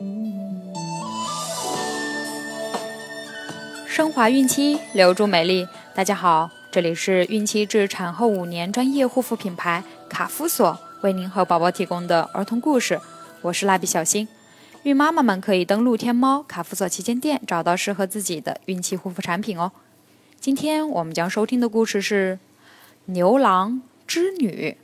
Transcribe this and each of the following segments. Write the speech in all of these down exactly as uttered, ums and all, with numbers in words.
升华孕期，留住美丽。大家好，这里是孕期至产后五年专业护肤品牌卡夫索为您和宝宝提供的儿童故事，我是蜡笔小新。孕妈妈们可以登录天猫卡夫索旗舰店，找到适合自己的孕期护肤产品哦。今天我们将收听的故事是牛郎织女。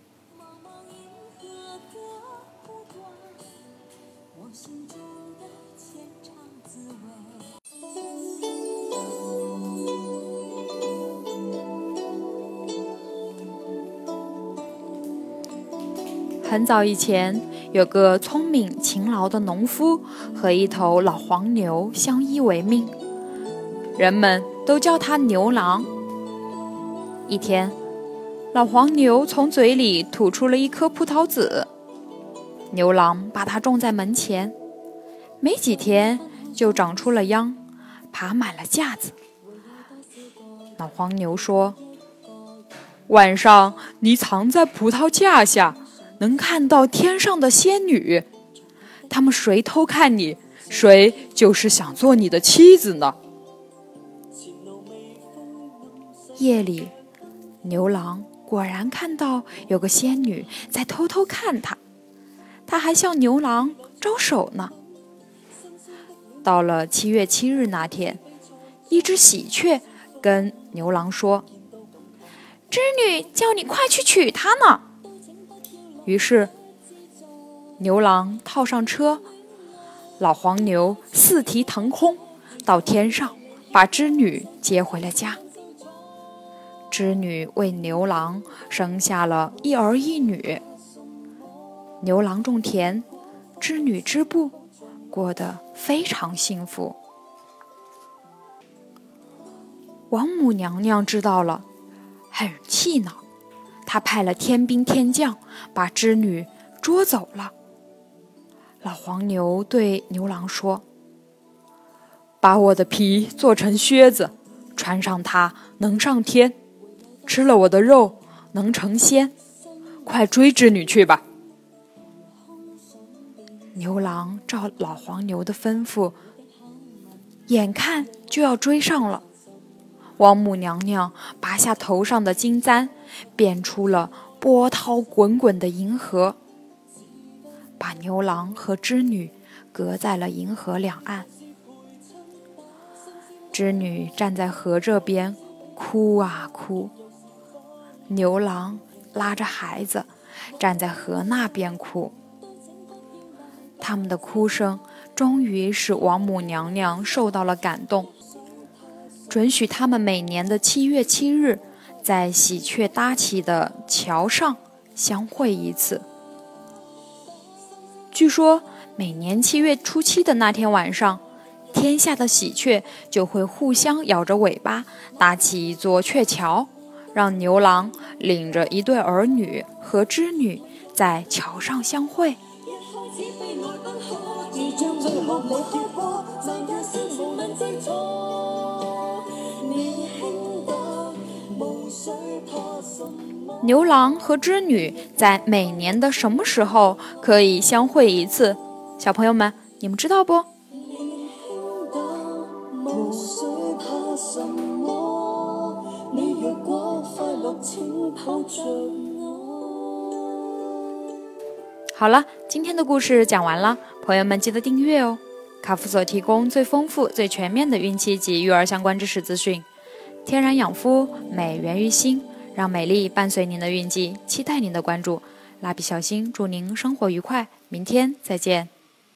很早以前，有个聪明勤劳的农夫和一头老黄牛相依为命，人们都叫他牛郎。一天，老黄牛从嘴里吐出了一颗葡萄籽，牛郎把它种在门前，没几天就长出了秧，爬满了架子。老黄牛说：“晚上你藏在葡萄架下，能看到天上的仙女，他们谁偷看你，谁就是想做你的妻子呢。”夜里，牛郎果然看到有个仙女在偷偷看他，他还向牛郎招手呢。到了七月七日那天，一只喜鹊跟牛郎说：“织女叫你快去娶她呢。”于是，牛郎套上车，老黄牛四蹄腾空，到天上把织女接回了家。织女为牛郎生下了一儿一女。牛郎种田，织女织布，过得非常幸福。王母娘娘知道了，很气恼。他派了天兵天将，把织女捉走了。老黄牛对牛郎说：“把我的皮做成靴子，穿上它能上天；吃了我的肉能成仙。快追织女去吧！”牛郎照老黄牛的吩咐，眼看就要追上了。王母娘娘拔下头上的金簪，变出了波涛滚滚的银河，把牛郎和织女隔在了银河两岸。织女站在河这边哭啊哭，牛郎拉着孩子站在河那边哭。他们的哭声终于使王母娘娘受到了感动，准许他们每年的七月七日，在喜鹊搭起的桥上相会一次。据说每年七月初七的那天晚上，天下的喜鹊就会互相摇着尾巴，搭起一座鹊桥，让牛郎领着一对儿女和织女在桥上相会。牛郎和织女在每年的什么时候可以相会一次？小朋友们，你们知道不？好了，今天的故事讲完了，朋友们记得订阅哦。卡夫所提供最丰富、最全面的孕期及育儿相关知识资讯，天然养肤，美源于心。让美丽伴随您的孕期，期待您的关注。蜡笔小新祝您生活愉快，明天再见。